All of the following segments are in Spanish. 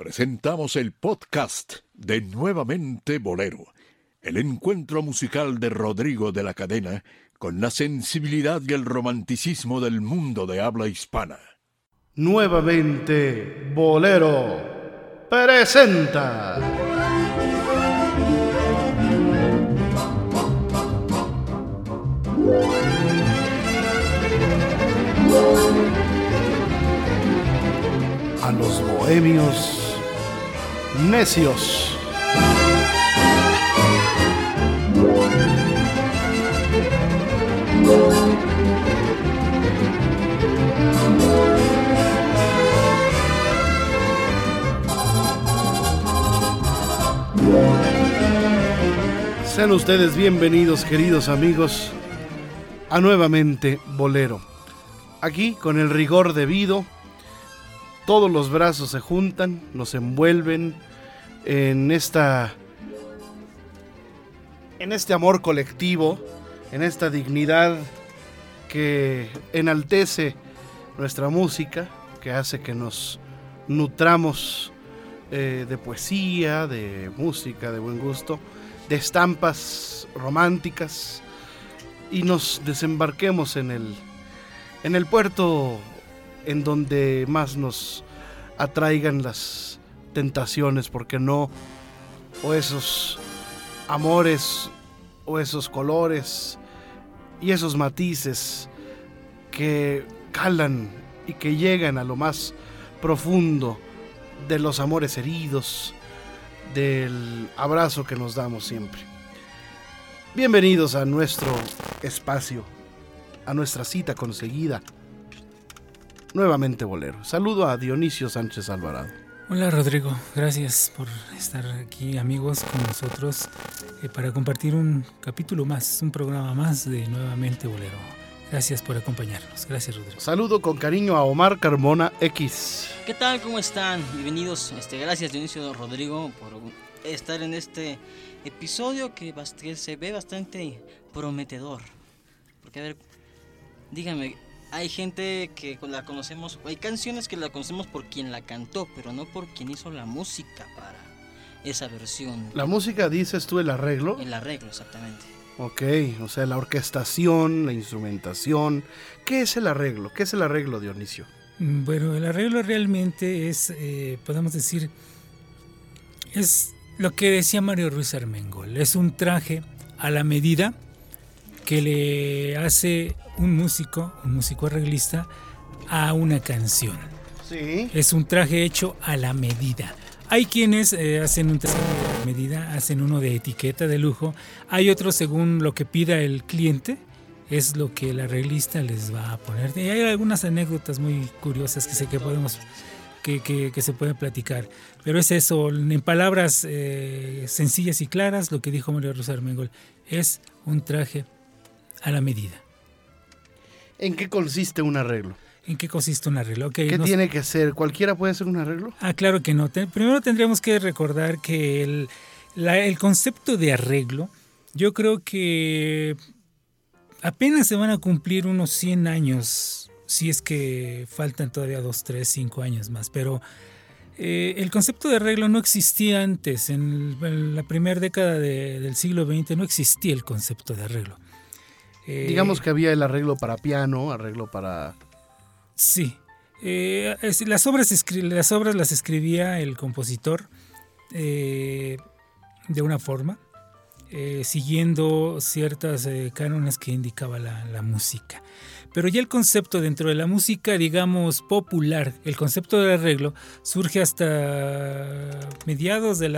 presentamos el podcast de Nuevamente Bolero, el encuentro musical de Rodrigo de la Cadena con la sensibilidad y el romanticismo del mundo de habla hispana. Nuevamente Bolero presenta. A los bohemios necios. Sean ustedes bienvenidos, queridos amigos, a Nuevamente Bolero. Aquí, con el rigor debido, todos los brazos se juntan, nos envuelven en este amor colectivo, en esta dignidad que enaltece nuestra música, que hace que nos nutramos de poesía, de música, de buen gusto, de estampas románticas, y nos desembarquemos en el puerto en donde más nos atraigan las tentaciones, porque no, o esos amores, o esos colores y esos matices que calan y que llegan a lo más profundo de los amores heridos, del abrazo que nos damos siempre. Bienvenidos a nuestro espacio, a nuestra cita conseguida, Nuevamente Bolero. Saludo a Dionisio Sánchez Alvarado. Hola Rodrigo, gracias por estar aquí, amigos, con nosotros para compartir un capítulo más, un programa más de Nuevamente Bolero. Gracias por acompañarnos. Gracias, Rodrigo. Saludo con cariño a Omar Carmona X. ¿Qué tal? ¿Cómo están? Bienvenidos. Gracias, Dionisio, Rodrigo, por estar en este episodio que se ve bastante prometedor. Porque, a ver, díganme, hay gente que la conocemos, hay canciones que la conocemos por quien la cantó, pero no por quien hizo la música para esa versión. ¿La música, dices tú, el arreglo? El arreglo, exactamente. Ok, o sea, la orquestación, la instrumentación. ¿Qué es el arreglo? ¿Qué es el arreglo, Dionisio? Bueno, el arreglo realmente es, podemos decir, es lo que decía Mario Ruiz Armengol. Es un traje a la medida que le hace un músico arreglista a una canción. Sí. Es un traje hecho a la medida. Hay quienes hacen un traje a la medida, hacen uno de etiqueta de lujo. Hay otros según lo que pida el cliente, es lo que el arreglista les va a poner. Y hay algunas anécdotas muy curiosas que sé que podemos que se pueden platicar. Pero es eso, en palabras sencillas y claras, lo que dijo Mario Ruiz Armengol, es un traje a la medida. ¿En qué consiste un arreglo? ¿En qué consiste un arreglo? Okay, ¿Qué tiene que ser? ¿Cualquiera puede hacer un arreglo? Claro que no. Primero tendríamos que recordar que el concepto de arreglo, yo creo que apenas se van a cumplir unos 100 años, si es que faltan todavía 2, 3, 5 años más, pero el concepto de arreglo no existía antes. En la primera década del siglo XX no existía el concepto de arreglo. Digamos que había el arreglo para piano, arreglo para... Sí, las obras las escribía el compositor de una forma, siguiendo ciertas cánones que indicaba la música. Pero ya el concepto dentro de la música, digamos, popular, el concepto de arreglo, surge hasta mediados de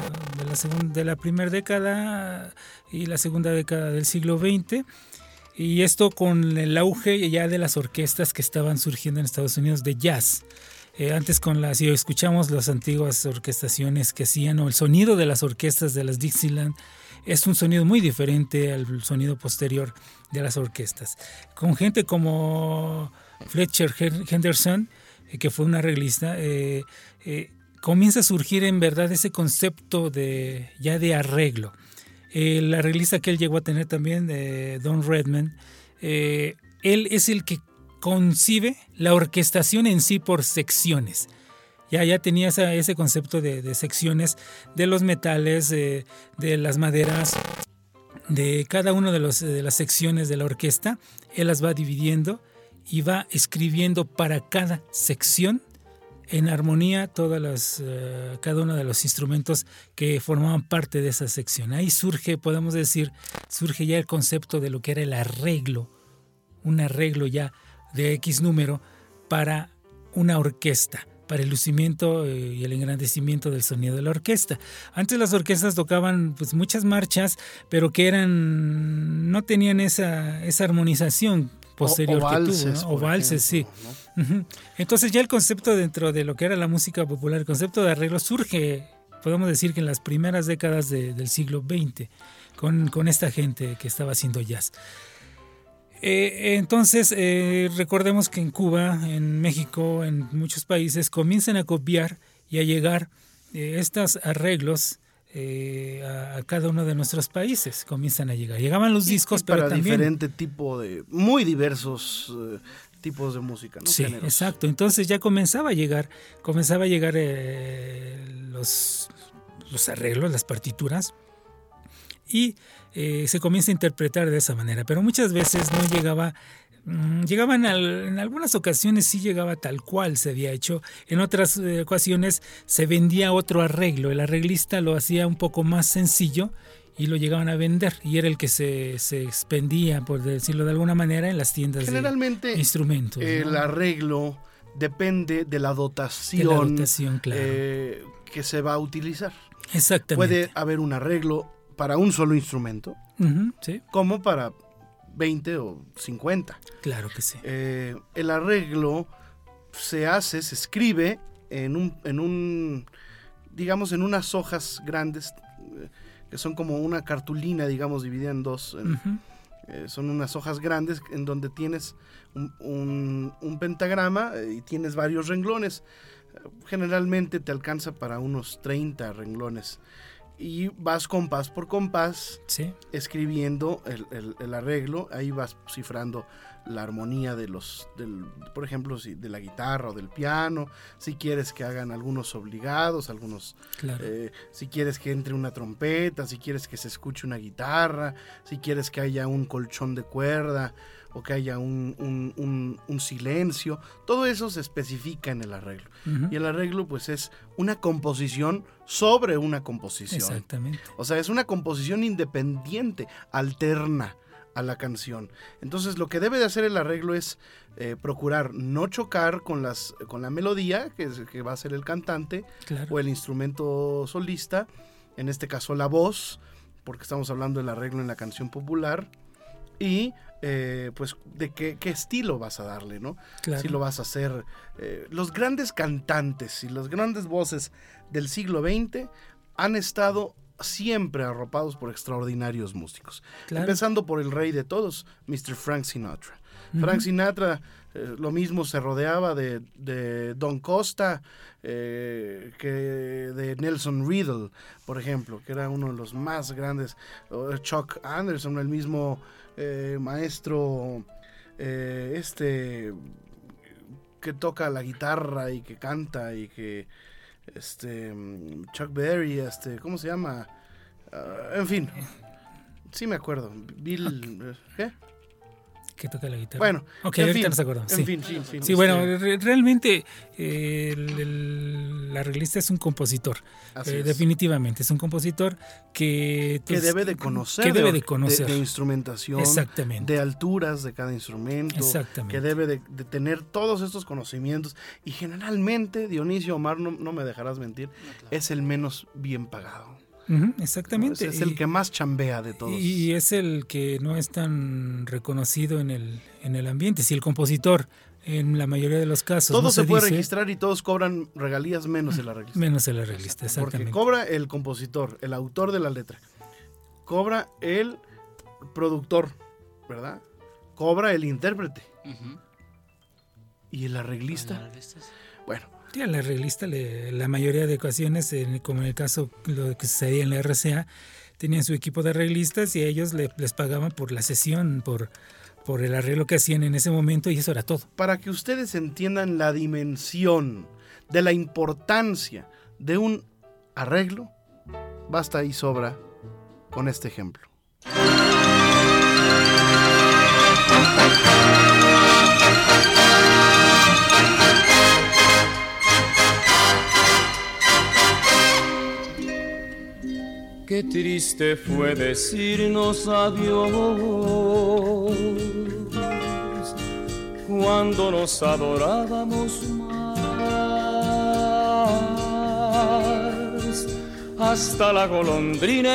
la primera década y la segunda década del siglo XX. Y esto con el auge ya de las orquestas que estaban surgiendo en Estados Unidos de jazz. Antes si escuchamos las antiguas orquestaciones que hacían, o el sonido de las orquestas de las Dixieland, es un sonido muy diferente al sonido posterior de las orquestas. Con gente como Fletcher Henderson, que fue un arreglista, comienza a surgir en verdad ese concepto de arreglo. El arreglista que él llegó a tener también, Don Redman, él es el que concibe la orquestación en sí por secciones. Ya tenía ese concepto de secciones de los metales, de las maderas, de cada una de las secciones de la orquesta. Él las va dividiendo y va escribiendo para cada sección en armonía cada uno de los instrumentos que formaban parte de esa sección. Ahí surge ya el concepto de lo que era el arreglo, un arreglo ya de X número para una orquesta, para el lucimiento y el engrandecimiento del sonido de la orquesta. Antes las orquestas tocaban pues muchas marchas, pero que no tenían esa armonización posterior o valses, que tuvo, ¿no? O valses, ejemplo, sí. ¿no? Uh-huh. Entonces ya el concepto dentro de lo que era la música popular, el concepto de arreglo surge, podemos decir que en las primeras décadas del siglo XX, con esta gente que estaba haciendo jazz. Entonces, recordemos que en Cuba, en México, en muchos países, comienzan a copiar y a llegar estos arreglos a cada uno de nuestros países. Comienzan a llegar. Llegaban los discos, pero para también... diferente tipo de... muy diversos tipos de música, ¿no? Sí, Géneros. exacto. Entonces ya comenzaba a llegar los arreglos, las partituras, y se comienza a interpretar de esa manera, pero muchas veces no llegaban en algunas ocasiones sí llegaba tal cual se había hecho, en otras ocasiones se vendía otro arreglo, el arreglista lo hacía un poco más sencillo y lo llegaban a vender, y era el que se expendía, por decirlo de alguna manera, en las tiendas generalmente, de instrumentos. El ¿no? arreglo depende de la dotación, claro. Que se va a utilizar. Exactamente. Puede haber un arreglo para un solo instrumento, Uh-huh, sí. como para 20 o 50. Claro que sí. El arreglo se escribe en unas hojas grandes, que son como una cartulina, digamos, dividida en dos. Uh-huh. Son unas hojas grandes en donde tienes un pentagrama y tienes varios renglones. Generalmente te alcanza para unos 30 renglones. Y vas compás por compás, sí, escribiendo el arreglo. Ahí vas cifrando la armonía por ejemplo, de la guitarra o del piano. Si quieres que hagan algunos obligados, algunos, claro. Si quieres que entre una trompeta, si quieres que se escuche una guitarra, si quieres que haya un colchón de cuerda o que haya un silencio. Todo eso se especifica en el arreglo. Uh-huh. Y el arreglo pues es una composición sobre una composición. Exactamente. O sea, es una composición independiente, alterna a la canción. Entonces lo que debe de hacer el arreglo es procurar no chocar con la melodía, que va a ser el cantante, claro, o el instrumento solista, en este caso la voz, porque estamos hablando del arreglo en la canción popular, y pues de qué estilo vas a darle, ¿no? Claro. Si lo vas a hacer... los grandes cantantes y las grandes voces del siglo XX han estado siempre arropados por extraordinarios músicos. Claro. Empezando por el rey de todos, Mr. Frank Sinatra. Uh-huh. Frank Sinatra, lo mismo se rodeaba de Don Costa, que de Nelson Riddle, por ejemplo, que era uno de los más grandes. Chuck Anderson, el mismo maestro que toca la guitarra y que canta y que Chuck Berry, ¿cómo se llama? En fin, sí me acuerdo. Bill, ¿qué? Que toca la guitarra. Bueno, okay, ahorita nos acordamos. Sí, sí, bueno, realmente el arreglista es un compositor. Definitivamente, es un compositor que debe de conocer, de instrumentación, exactamente, de alturas de cada instrumento, exactamente, que debe de tener todos estos conocimientos, y generalmente, Dionisio, Omar, no me dejarás mentir, es el menos bien pagado. Uh-huh, exactamente. Es el que más chambea de todos. Y es el que no es tan reconocido en el ambiente. Si el compositor, en la mayoría de los casos, todo se puede registrar y todos cobran regalías menos el arreglista. Menos el arreglista, exactamente. Porque cobra el compositor, el autor de la letra. Cobra el productor, ¿verdad? Cobra el intérprete. Uh-huh. ¿Y el arreglista? Bueno. Sí, al arreglista, la mayoría de ocasiones, como en el caso lo que sucedía en la RCA, tenían su equipo de arreglistas y a ellos les pagaban por la sesión, por el arreglo que hacían en ese momento, y eso era todo. Para que ustedes entiendan la dimensión de la importancia de un arreglo, basta y sobra con este ejemplo. Qué triste fue decirnos adiós cuando nos adorábamos más. Hasta la golondrina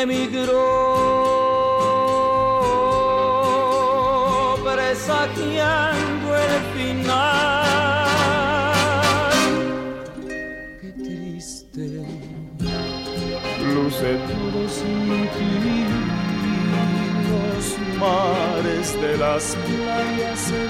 emigró, presagiando el final. Qué triste luce todo sin ti, los mares de las playas se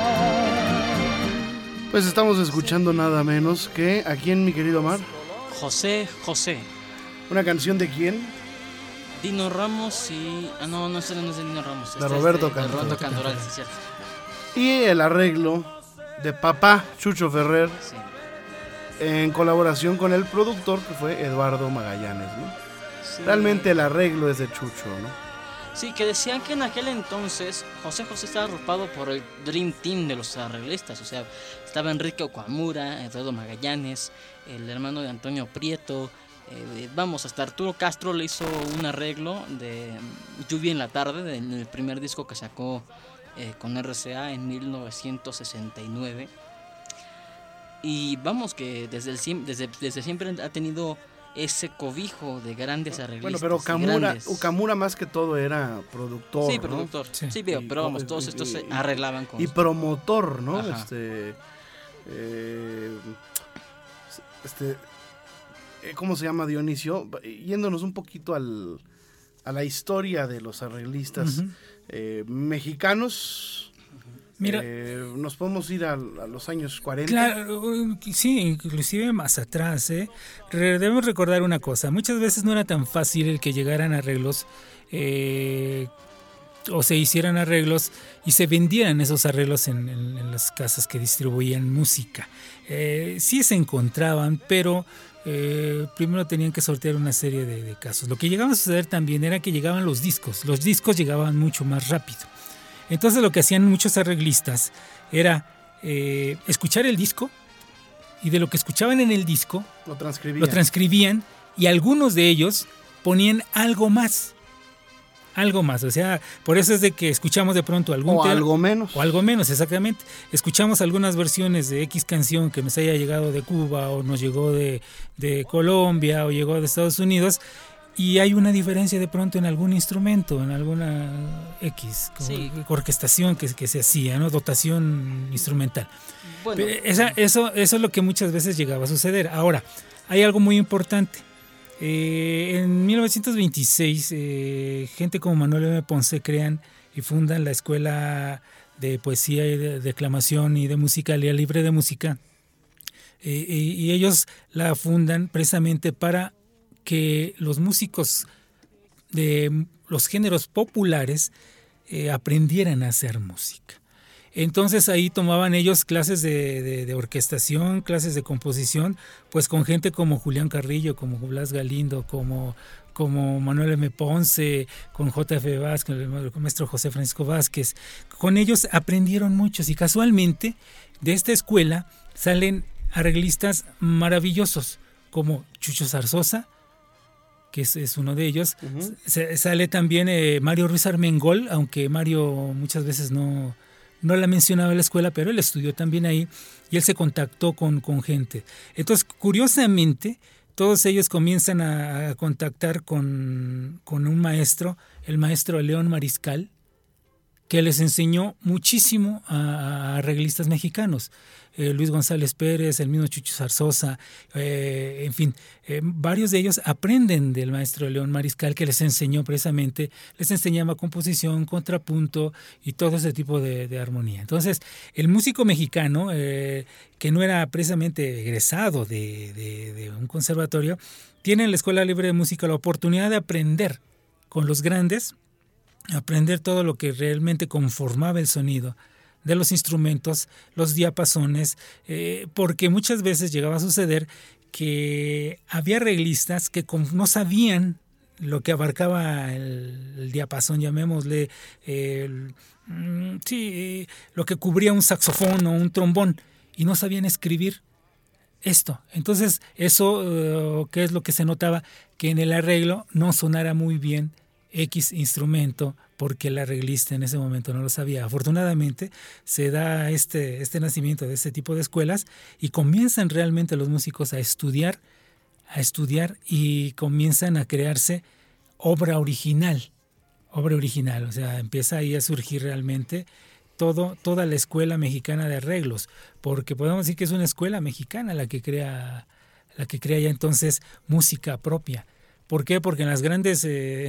van. Pues estamos escuchando nada menos que ¿a quién, mi querido Omar? José José. ¿Una canción de quién? Dino Ramos y... no, este no es de Dino Ramos. De Roberto Cantoral. De Roberto Cantoral, Cantoral, sí, es cierto. Y el arreglo de papá Chucho Ferrer, Sí. en colaboración con el productor, que fue Eduardo Magallanes, ¿no? Sí. Realmente el arreglo es de Chucho, ¿no? Sí, que decían que en aquel entonces José José estaba arropado por el Dream Team de los arreglistas. O sea, estaba Enrique Okamura, Eduardo Magallanes, el hermano de Antonio Prieto. Hasta Arturo Castro le hizo un arreglo de Lluvia en la Tarde, del primer disco que sacó con RCA en 1969. Y que desde siempre ha tenido ese cobijo de grandes arreglistas. Bueno, pero Okamura más que todo era productor, Sí, ¿no? productor. Sí. Sí, pero todos estos se arreglaban con... Y promotor, ¿no? Ajá. ¿Cómo se llama, Dionisio? Yéndonos un poquito a la historia de los arreglistas mexicanos. Mira, nos podemos ir a los años 40. claro, sí, inclusive más atrás. Debemos recordar una cosa: muchas veces no era tan fácil el que llegaran arreglos o se hicieran arreglos y se vendieran esos arreglos en las casas que distribuían música. Sí se encontraban, pero primero tenían que sortear una serie de casos. Lo que llegaba a suceder también era que llegaban los discos llegaban mucho más rápido. Entonces lo que hacían muchos arreglistas era escuchar el disco, y de lo que escuchaban en el disco Lo transcribían. lo transcribían, y algunos de ellos ponían algo más. O sea, por eso es de que escuchamos de pronto algún O tema, algo menos. o algo menos, exactamente. Escuchamos algunas versiones de X canción que nos haya llegado de Cuba, o nos llegó de Colombia, o llegó de Estados Unidos, y hay una diferencia de pronto en algún instrumento, en alguna X, Sí. orquestación que se hacía, ¿no? Dotación instrumental. Bueno, Eso es lo que muchas veces llegaba a suceder. Ahora, hay algo muy importante. En 1926, gente como Manuel M. Ponce crean y fundan la Escuela de Poesía y de Declamación y de Musicalidad Libre de Música. Y ellos la fundan precisamente para que los músicos de los géneros populares aprendieran a hacer música. Entonces ahí tomaban ellos clases de orquestación, clases de composición, pues con gente como Julián Carrillo, como Blas Galindo, como Manuel M. Ponce, con J.F. Vázquez, con el maestro José Francisco Vázquez. Con ellos aprendieron muchos, y casualmente de esta escuela salen arreglistas maravillosos como Chucho Zarzosa, que es uno de ellos. Uh-huh. Sale también Mario Ruiz Armengol, aunque Mario muchas veces no la mencionaba en la escuela, pero él estudió también ahí y él se contactó con gente. Entonces, curiosamente, todos ellos comienzan a contactar con un maestro, el maestro León Mariscal, que les enseñó muchísimo a arreglistas mexicanos. Luis González Pérez, el mismo Chucho Zarzosa, en fin, varios de ellos aprenden del maestro León Mariscal, que les enseñó precisamente, les enseñaba composición, contrapunto y todo ese tipo de armonía. Entonces, el músico mexicano, que no era precisamente egresado de un conservatorio, tiene en la Escuela Libre de Música la oportunidad de aprender con los grandes, aprender todo lo que realmente conformaba el sonido de los instrumentos, los diapasones, porque muchas veces llegaba a suceder que había arreglistas que no sabían lo que abarcaba el diapasón, llamémosle, lo que cubría un saxofón o un trombón, y no sabían escribir esto. Entonces, eso, ¿qué es lo que se notaba? Que en el arreglo no sonara muy bien X instrumento, porque el arreglista en ese momento no lo sabía. Afortunadamente se da este nacimiento de este tipo de escuelas y comienzan realmente los músicos a estudiar y comienzan a crearse obra original. O sea, empieza ahí a surgir realmente toda la escuela mexicana de arreglos, porque podemos decir que es una escuela mexicana la que crea ya entonces música propia. ¿Por qué? Porque en las grandes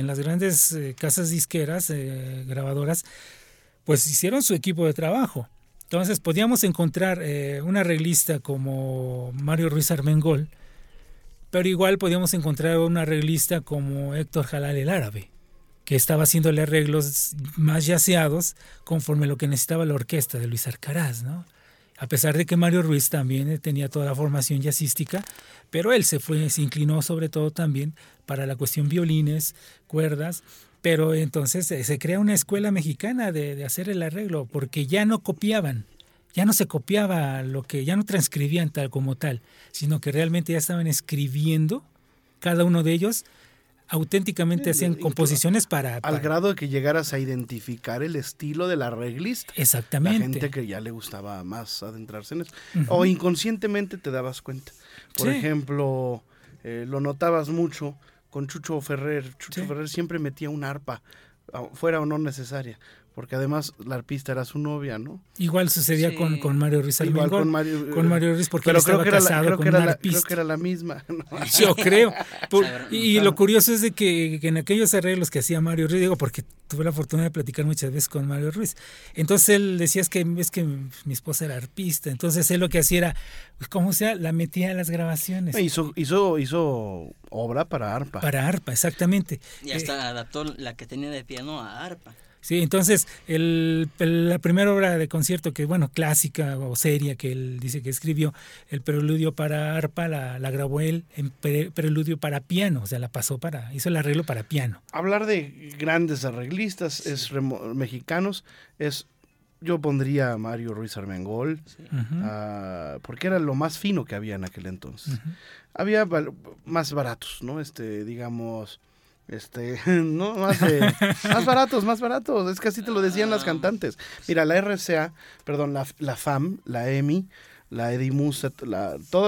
casas disqueras, grabadoras, pues hicieron su equipo de trabajo. Entonces podíamos encontrar un arreglista como Mario Ruiz Armengol, pero igual podíamos encontrar un arreglista como Héctor Jalal el Árabe, que estaba haciéndole arreglos más yaceados conforme lo que necesitaba la orquesta de Luis Arcaraz, ¿no? A pesar de que Mario Ruiz también tenía toda la formación jazzística, pero él se inclinó sobre todo también para la cuestión violines, cuerdas, pero entonces se crea una escuela mexicana de hacer el arreglo, porque ya no copiaban, ya no se copiaba ya no transcribían tal como tal, sino que realmente ya estaban escribiendo, cada uno de ellos auténticamente hacían composiciones para... Al grado de que llegaras a identificar el estilo del arreglista. Exactamente. La gente que ya le gustaba más adentrarse en eso. Uh-huh. O inconscientemente te dabas cuenta. Por ejemplo, lo notabas mucho con Chucho Ferrer. Chucho Ferrer siempre metía una arpa, fuera o no necesaria, porque además la arpista era su novia, ¿no? Igual sucedía con Mario Ruiz Armengol. Igual con Mario Ruiz, porque él estaba casado con una arpista. Creo que era la misma, ¿no? Yo creo. Y lo curioso es de que en aquellos arreglos que hacía Mario Ruiz, digo, porque tuve la fortuna de platicar muchas veces con Mario Ruiz, entonces él decía, es que mi esposa era arpista, entonces él lo que hacía era, pues, como sea, la metía a las grabaciones. Hizo obra para arpa. Para arpa, exactamente. Y hasta adaptó la que tenía de piano a arpa. Sí, entonces la primera obra de concierto que, bueno, clásica o seria que él dice que escribió, el preludio para arpa, la grabó él en preludio para piano, o sea, hizo el arreglo para piano. Hablar de grandes arreglistas mexicanos yo pondría a Mario Ruiz Armengol, porque era lo más fino que había en aquel entonces. Uh-huh. Había más baratos, ¿no? Digamos... no, más baratos, es que así te lo decían las cantantes. Mira, la RCA, perdón, la FAM, la EMI, la Edimus, todas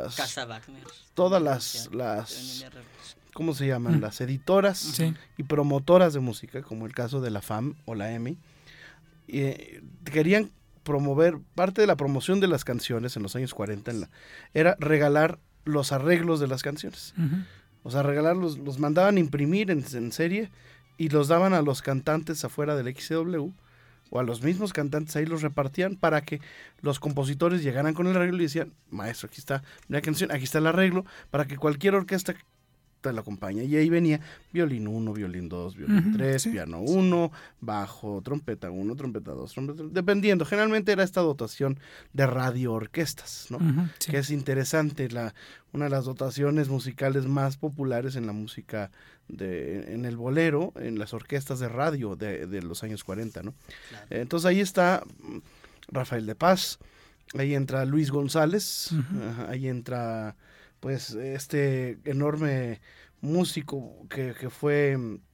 las ¿cómo se llaman? Las editoras y promotoras de música, como el caso de la FAM o la EMI, querían promover, parte de la promoción de las canciones en los años 40 era regalar los arreglos de las canciones. Uh-huh. O sea, regalarlos, los mandaban a imprimir en serie y los daban a los cantantes afuera del XCW, o a los mismos cantantes, ahí los repartían para que los compositores llegaran con el arreglo y decían, maestro, aquí está la canción, aquí está el arreglo, para que cualquier orquesta te la acompañe. Y ahí venía violín 1, violín 2, violín 3, piano 1, bajo, trompeta 1, trompeta 2, trompeta 3, dependiendo. Generalmente era esta dotación de radio orquestas, ¿no? Que es interesante, una de las dotaciones musicales más populares en la música, en el bolero, en las orquestas de radio de los años 40, ¿no? Claro. Entonces ahí está Rafael de Paz, ahí entra Luis González, ahí entra... pues este enorme músico que fue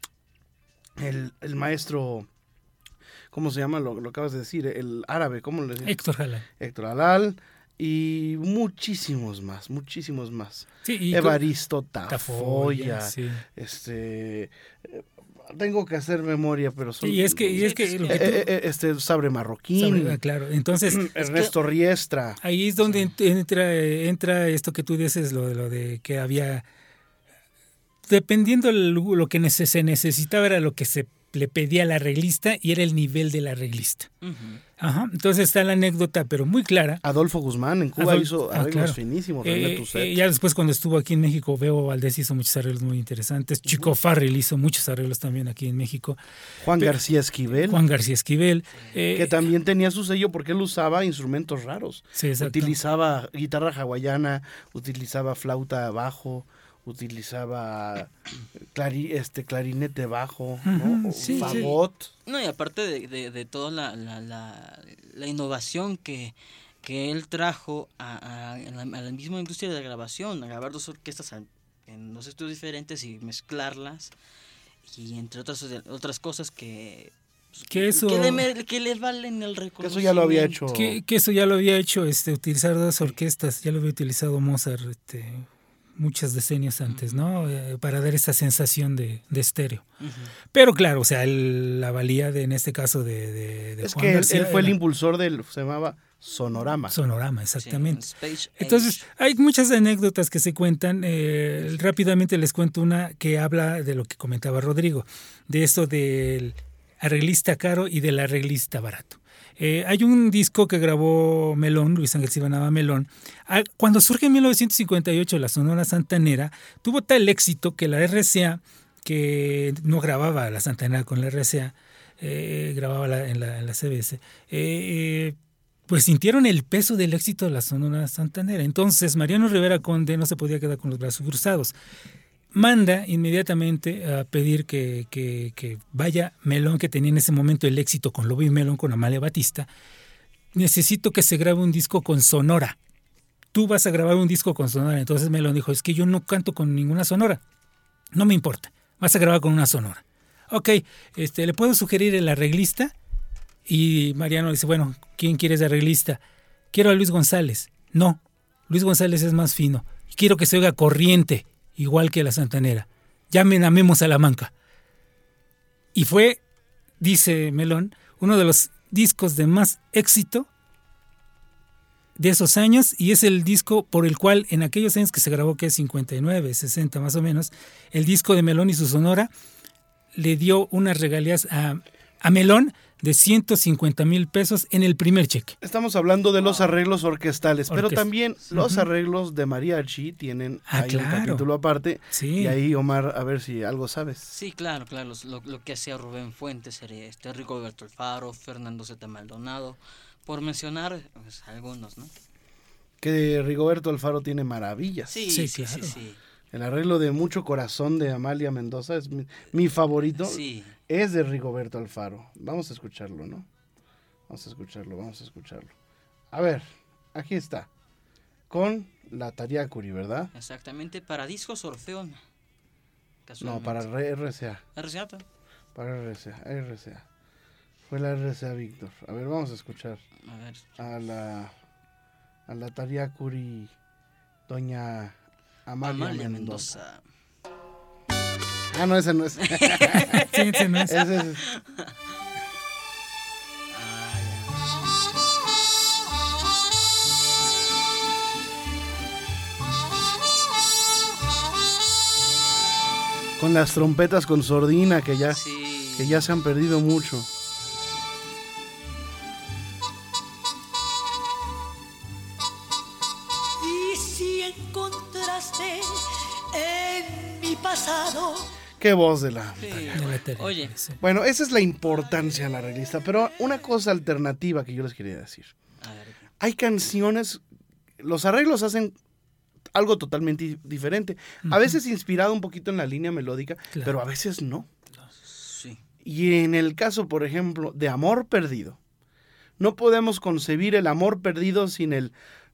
el maestro, ¿cómo se llama? Lo acabas de decir, el árabe, ¿cómo le decís? Héctor Jalal, y muchísimos más. Sí, Evaristo Tafoya, sí. Tengo que hacer memoria, pero son... Sabre Marroquín. Claro, entonces... Ernesto Riestra. Ahí es donde entra esto que tú dices, lo de que había... Dependiendo lo que se necesitaba, era lo que se le pedía al arreglista y era el nivel del arreglista. Ujú. Ajá. Entonces está la anécdota, pero muy clara. Adolfo Guzmán en Cuba hizo arreglos claro. finísimos. René Toussaint. Ya después cuando estuvo aquí en México, Bebo Valdés hizo muchos arreglos muy interesantes. Chico Farrell hizo muchos arreglos también aquí en México. Juan García Esquivel, Juan García Esquivel. que también tenía su sello porque él usaba instrumentos raros. Sí, exacto. Utilizaba guitarra hawaiana, utilizaba flauta bajo, utilizaba clarinete bajo, ¿no? Ujú, sí, fagot. No, y aparte de toda la innovación que él trajo a la misma industria de la grabación, a grabar dos orquestas en dos estudios diferentes y mezclarlas, y entre otras cosas que eso, que le valen el Que reconocimiento. eso ya lo había hecho. que eso ya lo había hecho, utilizar dos orquestas, ya lo había utilizado Mozart muchos decenios antes, ¿no? Para dar esa sensación de estéreo. Ujú. Pero claro, o sea, la valía en este caso de Es Juan que García él fue el era impulsor se llamaba Sonorama. Sonorama, exactamente. Sí, Space Entonces, Age. hay muchas anécdotas que se cuentan. Rápidamente les cuento una que habla de lo que comentaba Rodrigo, de esto del arreglista caro y del arreglista barato. Hay un disco que grabó Melón, Luis Ángel Silva Melón. Cuando surge en 1958 la Sonora Santanera, tuvo tal éxito que la RCA, que no grababa la Santanera con la RCA, grababa en la CBS, pues sintieron el peso del éxito de la Sonora Santanera. Entonces Mariano Rivera Conde no se podía quedar con los brazos cruzados. Manda inmediatamente a pedir que vaya Melón, que tenía en ese momento el éxito con Lobo y Melón, con Amalia Batista. Necesito que se grabe un disco con Sonora. Tú vas a grabar un disco con Sonora. Entonces Melón dijo, es que yo no canto con ninguna Sonora. No me importa, vas a grabar con una Sonora. Ok, ¿le puedo sugerir el arreglista? Y Mariano dice, bueno, ¿quién quieres de arreglista? Quiero a Luis González. No, Luis González es más fino. Quiero que se oiga corriente, igual que la Santanera. Llamen a Memo Salamanca. Y fue, dice Melón, uno de los discos de más éxito de esos años, y es el disco por el cual en aquellos años que se grabó, que es 59, 60 más o menos, el disco de Melón y su Sonora le dio unas regalías a Melón de 150,000 pesos en el primer cheque. Estamos hablando de los arreglos orquestales, pero Orquesta. también los arreglos de mariachi tienen ahí un claro. capítulo aparte. Sí. Y ahí, Omar, a ver si algo sabes. Sí, claro, lo que hacía Rubén Fuentes, sería Rigoberto Alfaro, Fernando Z. Maldonado, por mencionar pues, algunos, ¿no? Que Rigoberto Alfaro tiene maravillas. Sí, Sí, sí, sí, claro. sí. El arreglo de Mucho Corazón de Amalia Mendoza es mi favorito. Sí. Es de Rigoberto Alfaro. Vamos a escucharlo, ¿no? Vamos a escucharlo. A ver, aquí está. Con la Tariacuri, ¿verdad? Exactamente, para discos Orfeón. No, para RCA. RCA. Para RCA. Fue la RCA Víctor. A ver, vamos a escuchar A ver. a la Tariacuri, doña Amalia Mendoza. Ah, no, ese no es. Sí, ese no es. Ese es. Con las trompetas con sordina que ya se han perdido mucho. Y si encontraste en mi pasado. Qué voz de la... Sí. De la tele, Oye, sí. Bueno, esa es la importancia de la arreglista, pero una cosa alternativa que yo les quería decir. a ver. Hay canciones, los arreglos hacen algo totalmente diferente. A veces inspirado un poquito en la línea melódica, Claro. pero a veces no. Sí. Y en el caso, por ejemplo, de Amor Perdido, no podemos concebir el amor perdido sin el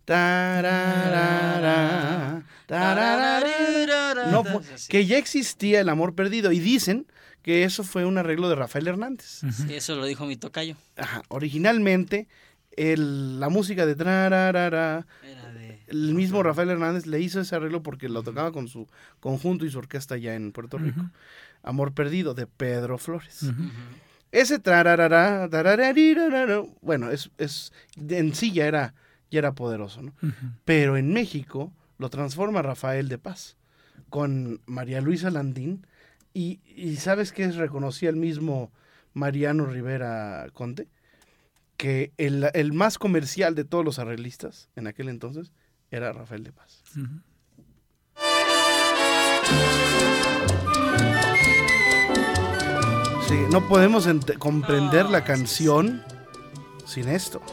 tararara, tararara. No, que ya existía el amor perdido y dicen que eso fue un arreglo de Rafael Hernández. Sí, eso lo dijo mi tocayo. Ajá, originalmente la música de trararara, Era de... el mismo Rafael Hernández le hizo ese arreglo porque lo tocaba con su conjunto y su orquesta allá en Puerto Rico. Amor Perdido de Pedro Flores. Ese trararara, tarararirarara, bueno, en sí ya era poderoso, ¿no? Pero en México lo transforma Rafael de Paz con María Luisa Landín Y ¿sabes qué reconocía el mismo Mariano Rivera Conte? Que el más comercial de todos los arreglistas en aquel entonces era Rafael de Paz. Uh-huh. Sí, no podemos comprender la canción sin esto.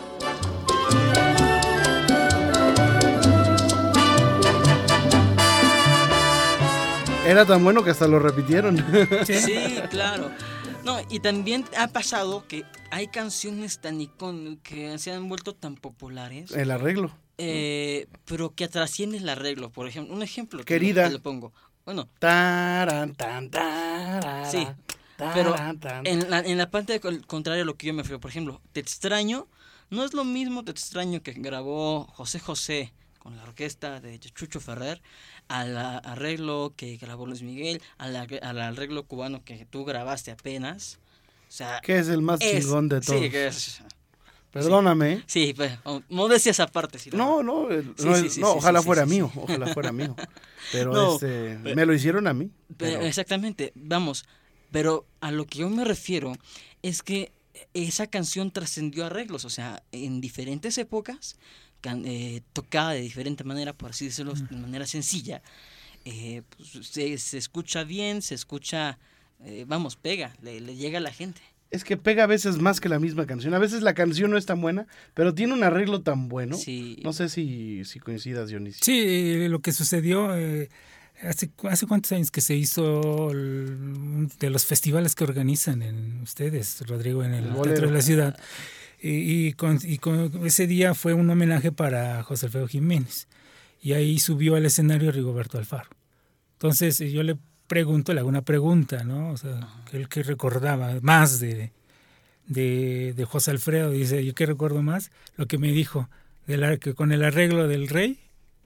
Era tan bueno que hasta lo repitieron. Sí, claro. No, y también ha pasado que hay canciones tan que se han vuelto tan populares. El arreglo. Pero que trascienden el arreglo. Por ejemplo, un ejemplo. Querida. Te lo pongo. Bueno. Taran, tan, tarara, Sí. Pero en la parte contraria a lo que yo me refiero, por ejemplo, Te extraño, no es lo mismo Te extraño que grabó José José con la orquesta de Chucho Ferrer, al arreglo que grabó Luis Miguel, al arreglo cubano que tú grabaste apenas. O sea, que es el más chingón de todos. Sí, que es... Perdóname. Sí, pues, modestias aparte. Sí, no, ojalá fuera mío, ojalá fuera mío. Pero no, me lo hicieron a mí. Pero... Exactamente, vamos. Pero a lo que yo me refiero es que esa canción trascendió arreglos, o sea, en diferentes épocas, tocada de diferente manera, por así decirlo, de manera sencilla, pues, se escucha bien, se escucha, pega, le llega a la gente. Es que pega a veces más que la misma canción. A veces la canción no es tan buena, pero tiene un arreglo tan bueno. Sí. No sé si coincidas, Dionisio. Sí, lo que sucedió... ¿Hace cuántos años que se hizo de los festivales que organizan ustedes, Rodrigo, en el Teatro de la Ciudad? Y con ese día fue un homenaje para José Alfredo Jiménez. Y ahí subió al escenario Rigoberto Alfaro. Entonces yo le hago una pregunta, ¿no? O sea, él que recordaba más de José Alfredo. Dice, ¿yo qué recuerdo más? Lo que me dijo, que con el arreglo del Rey,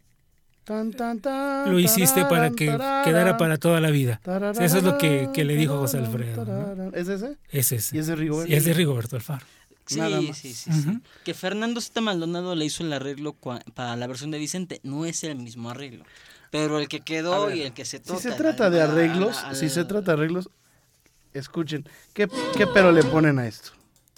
lo hiciste para que quedara para toda la vida. O sea, eso es lo que le dijo José Alfredo, ¿no? ¿Es ese? Es ese. ¿Y es de Rigoberto? Y es de Rigoberto Alfaro. Sí. Uh-huh. Que Fernando Z. Maldonado le hizo el arreglo para la versión de Vicente. No es el mismo arreglo. Pero el que quedó y el que se toca. Si se trata de arreglos, escuchen. ¿Qué pero le ponen a esto?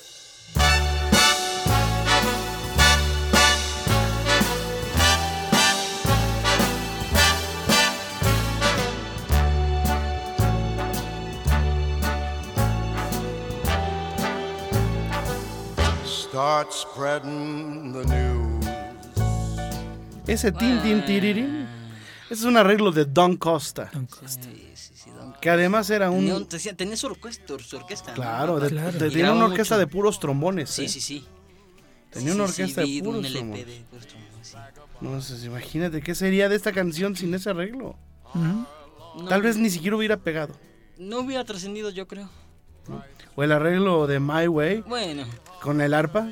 Start spreading the news. Ese tin tin tirirín es un arreglo de Don Costa. Don Costa. Sí, Don Costa. Que además era un... Tenía su orquesta. Claro, ¿no? tenía una orquesta de puros trombones. Sí. Tenía una orquesta de puros trombones. No sé, imagínate, ¿qué sería de esta canción sin ese arreglo? Uh-huh. Tal vez ni siquiera hubiera pegado. No hubiera trascendido, yo creo. O el arreglo de My Way. Bueno. Con el arpa.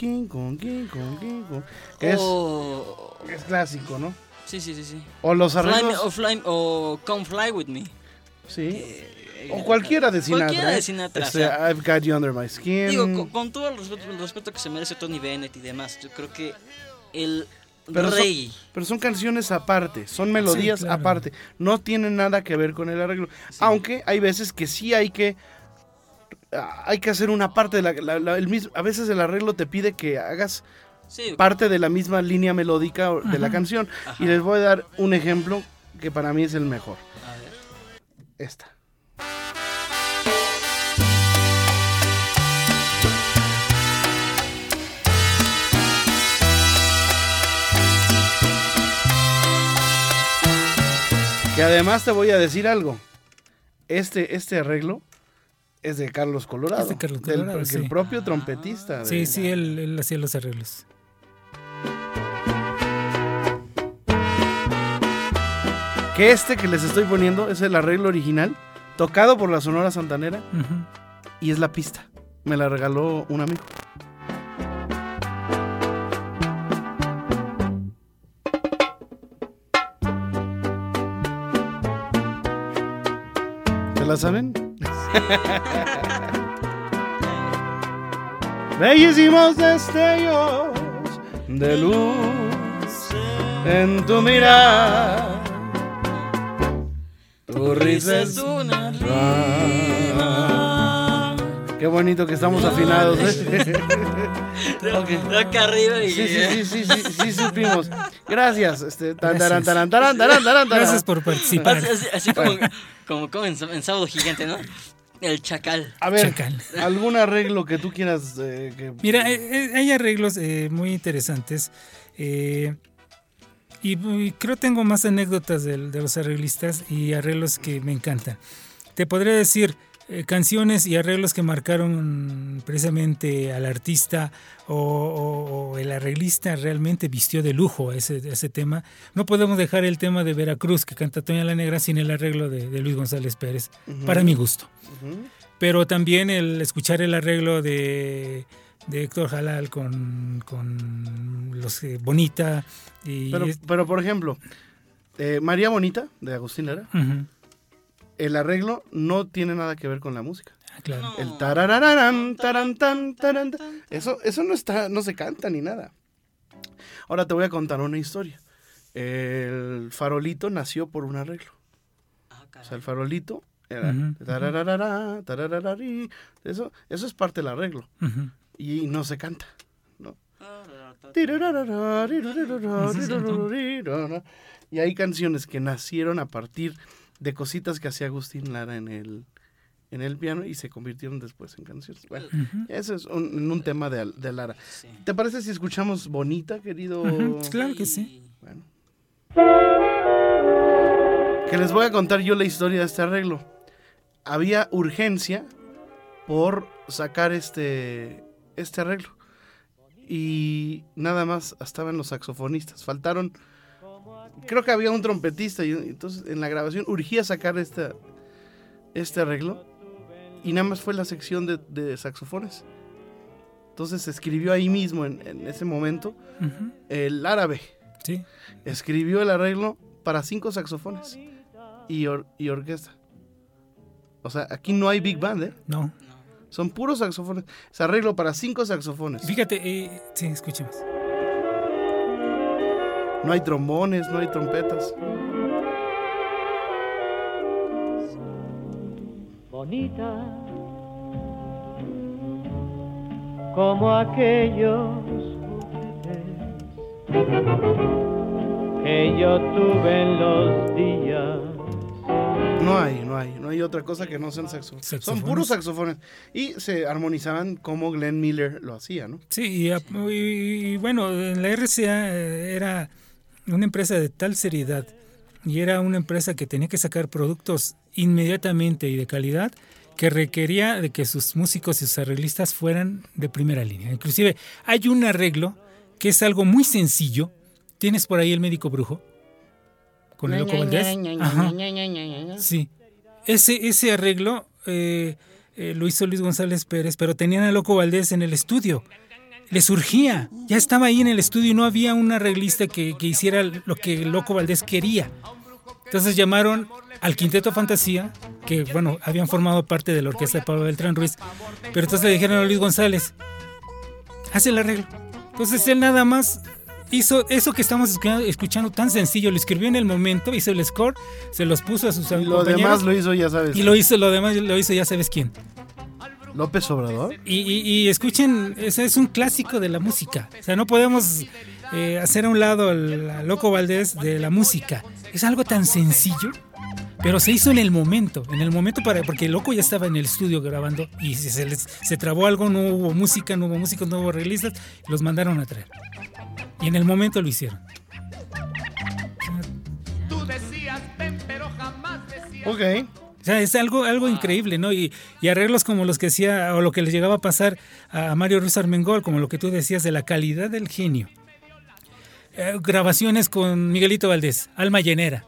Que es clásico, ¿no? Sí. O los arreglos... o Come Fly With Me. Sí. O cualquiera de Sinatra. I've Got You Under My Skin. Digo, con todo el respeto que se merece Tony Bennett y demás, yo creo que pero son canciones aparte, son melodías aparte. No tienen nada que ver con el arreglo. Sí. Aunque hay veces que sí hay que hacer una parte de a veces el arreglo te pide que hagas parte de la misma línea melódica de la canción. Ajá. Y les voy a dar un ejemplo que para mí es el mejor. A ver. Esta. Que además te voy a decir algo. Este arreglo es de Carlos Colorado. El propio trompetista. Sí, él hacía los arreglos. Que que les estoy poniendo es el arreglo original, tocado por la Sonora Santanera. Uh-huh. Y es la pista. Me la regaló un amigo. ¿Se la saben? Sí. Bellísimos destellos de luz en tu mirar. Tu Tu risa es una Qué bonito que estamos afinados, ¿eh? Okay. Acá arriba y... Sí, supimos. Gracias. Gracias por participar. Así como en Sábado Gigante, ¿no? El chacal. A ver, Chacal. ¿algún arreglo que tú quieras? Mira, hay arreglos muy interesantes. Y creo tengo más anécdotas de los arreglistas y arreglos que me encantan. Te podría decir canciones y arreglos que marcaron precisamente al artista o el arreglista realmente vistió de lujo ese tema. No podemos dejar el tema de Veracruz que canta Toña la Negra sin el arreglo de Luis González Pérez, para mi gusto. Pero también el escuchar el arreglo de Héctor Jalal con los Bonita. Pero por ejemplo, María Bonita, de Agustín Lara, el arreglo no tiene nada que ver con la música. Claro. El tarararán, tarantán, tarantán. Eso no se canta ni nada. Ahora te voy a contar una historia. El farolito nació por un arreglo. O sea, el farolito era tarararara, tarararari. Eso es parte del arreglo. Y no se canta, ¿no? Y hay canciones que nacieron a partir de cositas que hacía Agustín Lara en el piano y se convirtieron después en canciones. Bueno, eso es un tema de Lara. Sí. ¿Te parece si escuchamos Bonita, querido? Claro que sí. Bueno. Que les voy a contar yo la historia de este arreglo. Había urgencia por sacar este arreglo. Y nada más estaban los saxofonistas. Faltaron, creo que había un trompetista. Y entonces en la grabación urgía sacar este arreglo. Y nada más fue la sección de saxofones. Entonces se escribió ahí mismo en ese momento el árabe. Sí. Escribió el arreglo para 5 saxofones y orquesta. O sea, aquí no hay big band, ¿eh? No. Son puros saxofones. Es arreglo para 5 saxofones. Fíjate, sí, escuchemos. No hay trombones, no hay trompetas. Bonita como aquellos que yo tuve en los días. No hay otra cosa que no sean saxofones. Son puros saxofones. Y se armonizaban como Glenn Miller lo hacía, ¿no? Sí, y bueno, la RCA era una empresa de tal seriedad y era una empresa que tenía que sacar productos inmediatamente y de calidad, que requería de que sus músicos y sus arreglistas fueran de primera línea. Inclusive hay un arreglo que es algo muy sencillo. ¿Tienes por ahí El Médico Brujo? Con el Loco Valdés. Ajá. Sí. Ese arreglo lo hizo Luis González Pérez, pero tenían a Loco Valdés en el estudio. Le surgía. Ya estaba ahí en el estudio y no había un arreglista que hiciera lo que Loco Valdés quería. Entonces llamaron al Quinteto Fantasía, que bueno, habían formado parte de la orquesta de Pablo Beltrán Ruiz, pero entonces le dijeron a Luis González, haz el arreglo. Entonces él nada más hizo eso que estamos escuchando tan sencillo, lo escribió en el momento, hizo el score, se los puso a sus compañeros. Lo demás lo hizo, ya sabes. Y lo demás lo hizo ya sabes quién. López Obrador. Y escuchen, ese es un clásico de la música. O sea, no podemos hacer a un lado a Loco Valdés de la música. Es algo tan sencillo, pero se hizo en el momento porque el Loco ya estaba en el estudio grabando y se trabó algo, no hubo música, no hubo músicos, no hubo arreglistas, los mandaron a traer. Y en el momento lo hicieron. Tú decías ven, pero jamás decías. Ok. O sea, es algo increíble, ¿no? Y arreglos como los que hacía, o lo que le llegaba a pasar a Mario Ruiz Armengol, como lo que tú decías de la calidad del genio. Grabaciones con Miguelito Valdés, Alma Llanera.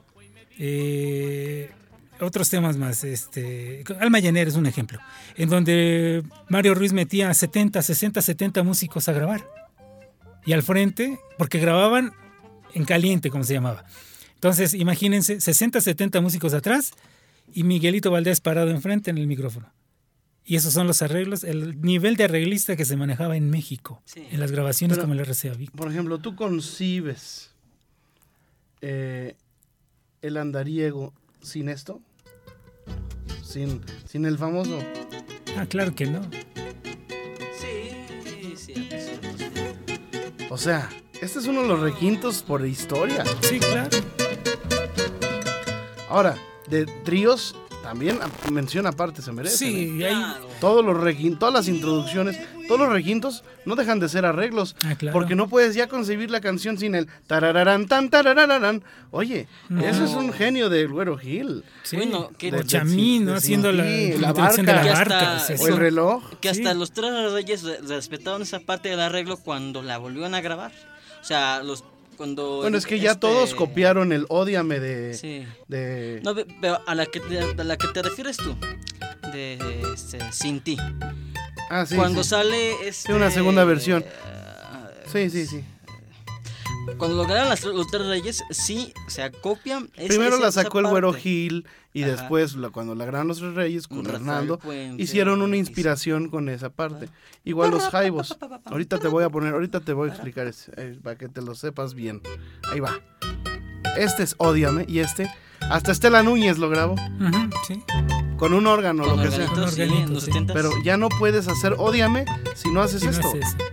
Otros temas más. Alma Llanera es un ejemplo. En donde Mario Ruiz metía 70 músicos a grabar. Y al frente, porque grababan en caliente, como se llamaba. Entonces, imagínense, 60, 70 músicos atrás y Miguelito Valdés parado enfrente en el micrófono. Y esos son los arreglos, el nivel de arreglista que se manejaba en México, sí, en las grabaciones. Pero, como el RCA Victor. Por ejemplo, ¿tú concibes el andariego sin esto? sin el famoso. Ah, claro que no. Sí, cierto. O sea, este es uno de los requintos por historia. Sí, claro. Ahora, de tríos también mención aparte se merece. Sí, hay... Todos los requintos, todas las introducciones, todos los requintos no dejan de ser arreglos. Ah, claro. Porque no puedes ya concebir la canción sin el tarararán, tan tarararán. Oye, eso es un genio del Güero Gil. Sí. Bueno, que o Chamín, ¿no? Haciendo la introducción de la barca. O el reloj. Que hasta los Tres Reyes respetaron esa parte del arreglo cuando la volvieron a grabar. O sea, Bueno, es que ya todos copiaron el Ódiame de... Sí. de... No, pero a la que te refieres tú, de Sin Ti. Ah, sí. Cuando sí. sale una segunda versión. Sí. Cuando lo graban los Tres Reyes, sí, o sea, copian. Primero la sacó el Güero parte. Gil y Ajá. después, cuando la grabaron los Tres Reyes con Rafael Hernando, Puente, hicieron una inspiración con esa parte. Igual los Jaivos. Ahorita te voy a explicar para que te lo sepas bien. Ahí va. Este es Ódiame y hasta Estela Núñez lo grabó. Ujú, sí. Con un órgano, Con lo que sea. organitos, sí, organitos, en los sí. 70s. Pero ya no puedes hacer Ódiame si no haces Sí, no esto. es eso.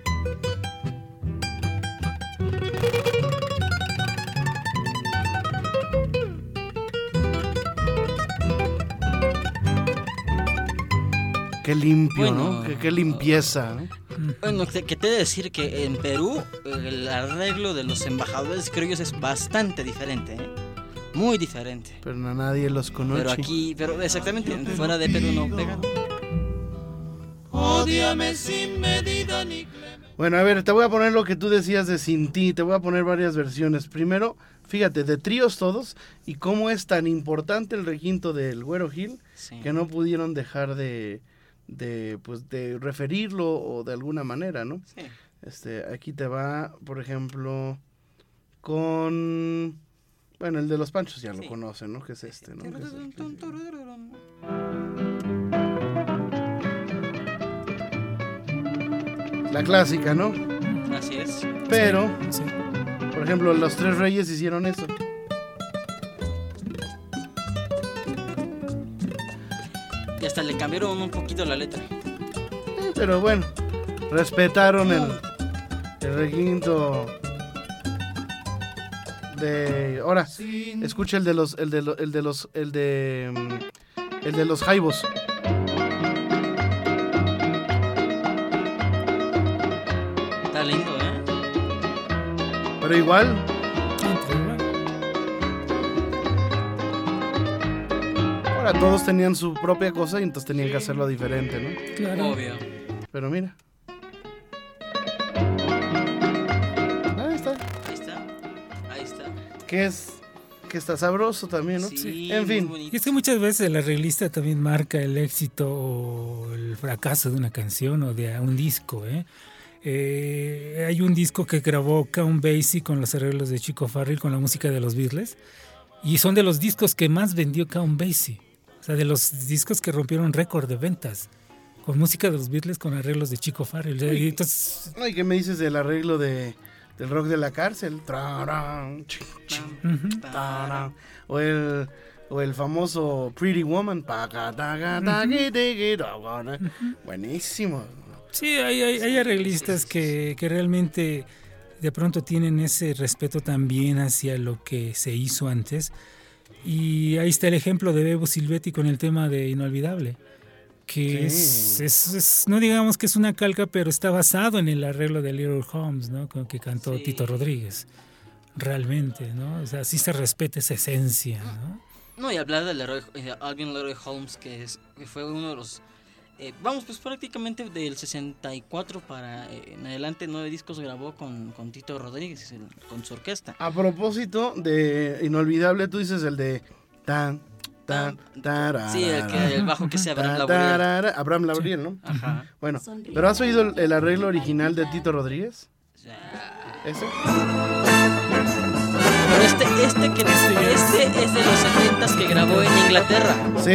Qué limpio, Bueno, ¿no? Qué limpieza, ¿no? Bueno, que te he de decir que en Perú el arreglo de los embajadores criollos es bastante diferente, ¿eh? Muy diferente. Pero a nadie los conoce. Pero exactamente, fuera de Perú no pegan. Ódiame sin medida ni Bueno, a ver, te voy a poner lo que tú decías de Sin Ti, te voy a poner varias versiones. Primero, fíjate, de tríos todos, y cómo es tan importante el requinto del Güero Gil, Sí. que no pudieron dejar de referirlo o de alguna manera, ¿no? Sí. Aquí te va, por ejemplo, con... Bueno, el de los Panchos ya lo conocen, ¿no? Que es este, ¿no? Que es la clásica, ¿no? Así es. Pero, Sí. por ejemplo, los Tres Reyes hicieron eso. Y hasta le cambiaron un poquito la letra. Pero bueno, respetaron el requinto de... Ahora, escucha el de los Jaivos. Está lindo, ¿eh? Pero igual, ahora todos tenían su propia cosa y entonces tenían que hacerlo diferente, ¿no? Claro. Obvio. Pero mira. Ahí está. Ahí está. Que está sabroso también, ¿no? Sí, En muy fin. bonito. Y es que muchas veces el arreglista también marca el éxito o el fracaso de una canción o de un disco, ¿eh? Hay un disco que grabó Count Basie con los arreglos de Chico Farrell con la música de los Beatles y son de los discos que más vendió Count Basie, o sea, de los discos que rompieron récord de ventas con música de los Beatles con arreglos de Chico Farrell. Y entonces, Ay, ¿qué me dices del arreglo del rock de la cárcel? Tarán, chin, chin, tarán. O el famoso Pretty Woman. Buenísimo. sí, hay arreglistas que realmente de pronto tienen ese respeto también hacia lo que se hizo antes. Y ahí está el ejemplo de Bebo Silvetti con el tema de Inolvidable, que es no digamos que es una calca, pero está basado en el arreglo de Little Holmes, ¿no? Con que cantó Tito Rodríguez. Realmente, ¿no? O sea, sí se respeta esa esencia, ¿no? No, y hablar de Alvin Leroy Holmes, que fue uno de los... pues prácticamente del 64 para en adelante 9 discos grabó con Tito Rodríguez, con su orquesta. A propósito de Inolvidable, tú dices el de tan, tarara, Sí, el bajo que se Abraham Laboriel. tarara, Abraham Laboriel, ¿no? Ajá. Bueno, ¿pero has oído el arreglo original de Tito Rodríguez? ¿Ese? Pero este es de los 70s que grabó en Inglaterra. Sí.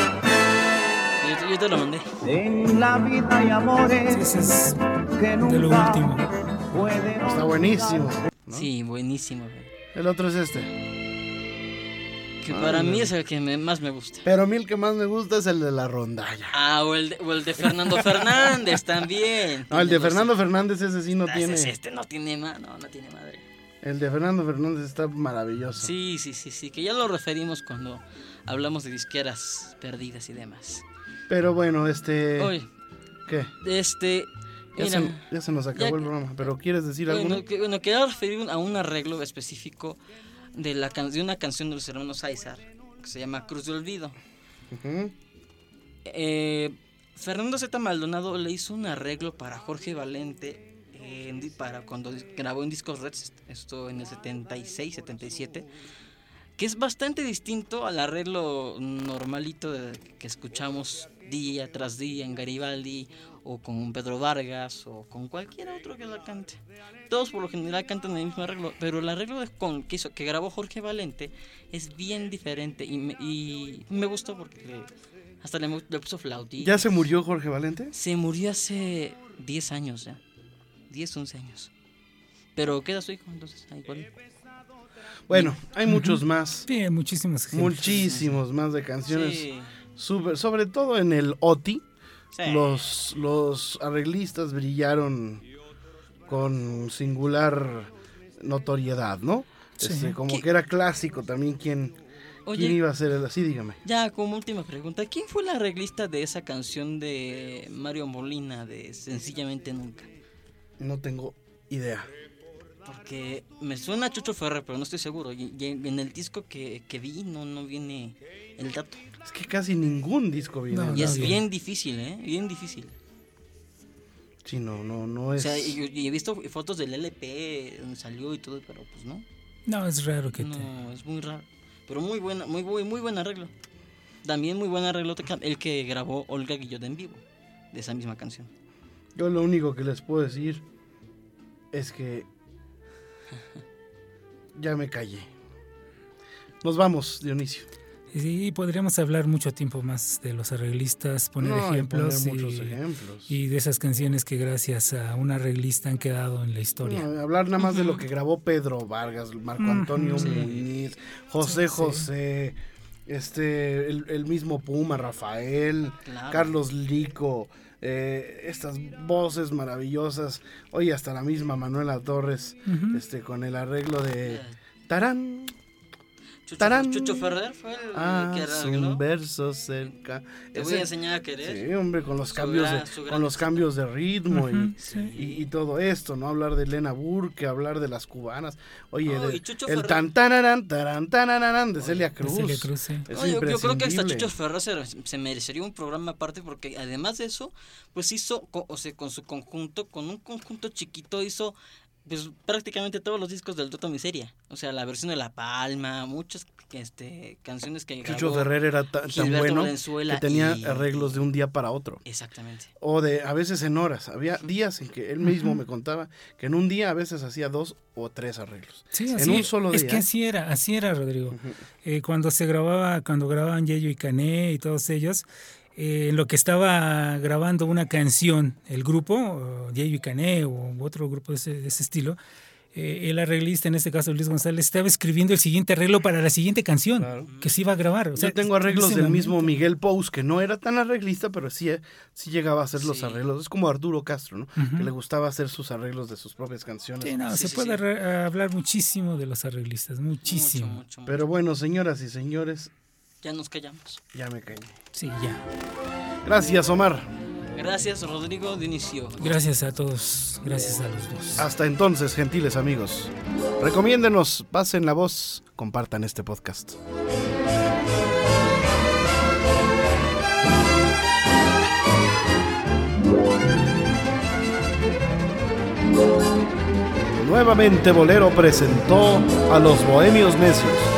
Yo te lo mandé. En la vida hay amores Sí, ese es que de lo nunca último. pueden Está buenísimo, ¿no? Sí, buenísimo. El otro es este. que para mí es el que más me gusta. Pero a mí el que más me gusta es el de la rondalla. O el de Fernando Fernández también. No, el de Fernando Fernández ese sí no tiene... no tiene madre. El de Fernando Fernández está maravilloso. Sí, que ya lo referimos cuando hablamos de disqueras perdidas y demás. Pero bueno, Oye, ¿qué? Ya se nos acabó el programa, pero ¿quieres decir algo? Quería referir a un arreglo específico de una canción de los hermanos Aizar, que se llama Cruz de Olvido. Uh-huh. Fernando Z. Maldonado le hizo un arreglo para Jorge Valente para cuando grabó en Discos Reds, esto en el 76, 77, que es bastante distinto al arreglo normalito que escuchamos día tras día en Garibaldi o con Pedro Vargas o con cualquier otro que la cante. Todos por lo general cantan el mismo arreglo, pero el arreglo que grabó Jorge Valente es bien diferente y me gustó porque hasta le puso flautilla. ¿Ya se murió Jorge Valente? Se murió hace 10 años ya. 10, 11 años. Pero queda su hijo, entonces, igual. Bueno, hay muchos más. Sí, muchísimos más de canciones. Sobre todo en el OTI. Sí. Los arreglistas brillaron con singular notoriedad, ¿no? Sí. Como que era clásico también quién iba a ser el así, dígame. Ya, como última pregunta, ¿quién fue el arreglista de esa canción de Mario Molina de Sencillamente Nunca? No tengo idea. Porque me suena a Chucho Ferrer, pero no estoy seguro. Y en el disco que vi no viene el dato. Es que casi ningún disco viene. Y es bien difícil, bien difícil. Sí, no es... O sea, y he visto fotos del LP donde salió y todo, pero pues no. No, es raro que No, es muy raro. Pero muy buen arreglo. También muy buen arreglo el que grabó Olga Guillot en vivo, de esa misma canción. Yo lo único que les puedo decir es que ya me callé. Nos vamos, Dionisio. Sí, podríamos hablar mucho tiempo más de los arreglistas, poner ejemplos y de esas canciones que gracias a un arreglista han quedado en la historia. Hablar nada más de lo que grabó Pedro Vargas, Marco Antonio Muñiz, José, el mismo Puma, Rafael, claro. Carlos Lico, estas voces maravillosas, oye, hasta la misma Manuela Torres, con el arreglo de Tarán. Chucho Ferrer fue el que arregló. Un verso cerca. Te voy a enseñar a querer. Sí, hombre, con los cambios de ritmo y todo esto, ¿no? Hablar de Elena Burke, hablar de las cubanas. Oye, el tan tararán de Celia Cruz. De Celia Cruz, sí. Yo creo que hasta Chucho Ferrer se merecería un programa aparte porque además de eso, pues hizo, con su conjunto, con un conjunto chiquito hizo pues prácticamente todos los discos del Toto Miseria, o sea, la versión de La Palma, muchas canciones que Chucho Ferrer era tan bueno que tenía arreglos de un día para otro. Exactamente. O a veces en horas, había días en que él mismo me contaba que en un día a veces hacía 2 o 3 arreglos. Sí, en un solo día. Es que así era Rodrigo. Cuando grababan Yeyo y Cané y todos ellos, en lo que estaba grabando una canción, el grupo, Yeyo y Cané o otro grupo de ese estilo, el arreglista, en este caso Luis González, estaba escribiendo el siguiente arreglo para la siguiente canción que se iba a grabar. O sea, yo tengo arreglos del mismo Miguel Pous, que no era tan arreglista, pero sí llegaba a hacer los arreglos. Es como Arturo Castro, ¿no? Que le gustaba hacer sus arreglos de sus propias canciones. Sí, se puede hablar muchísimo de los arreglistas, muchísimo. Mucho. Pero bueno, señoras y señores, ya nos callamos. Ya me callé. Sí, ya. Gracias, Omar. Gracias, Rodrigo Dionisio. Gracias a todos. Gracias a los dos. Hasta entonces, gentiles amigos. Recomiéndenos, pasen la voz, compartan este podcast. Nuevamente Bolero presentó a los Bohemios Necios.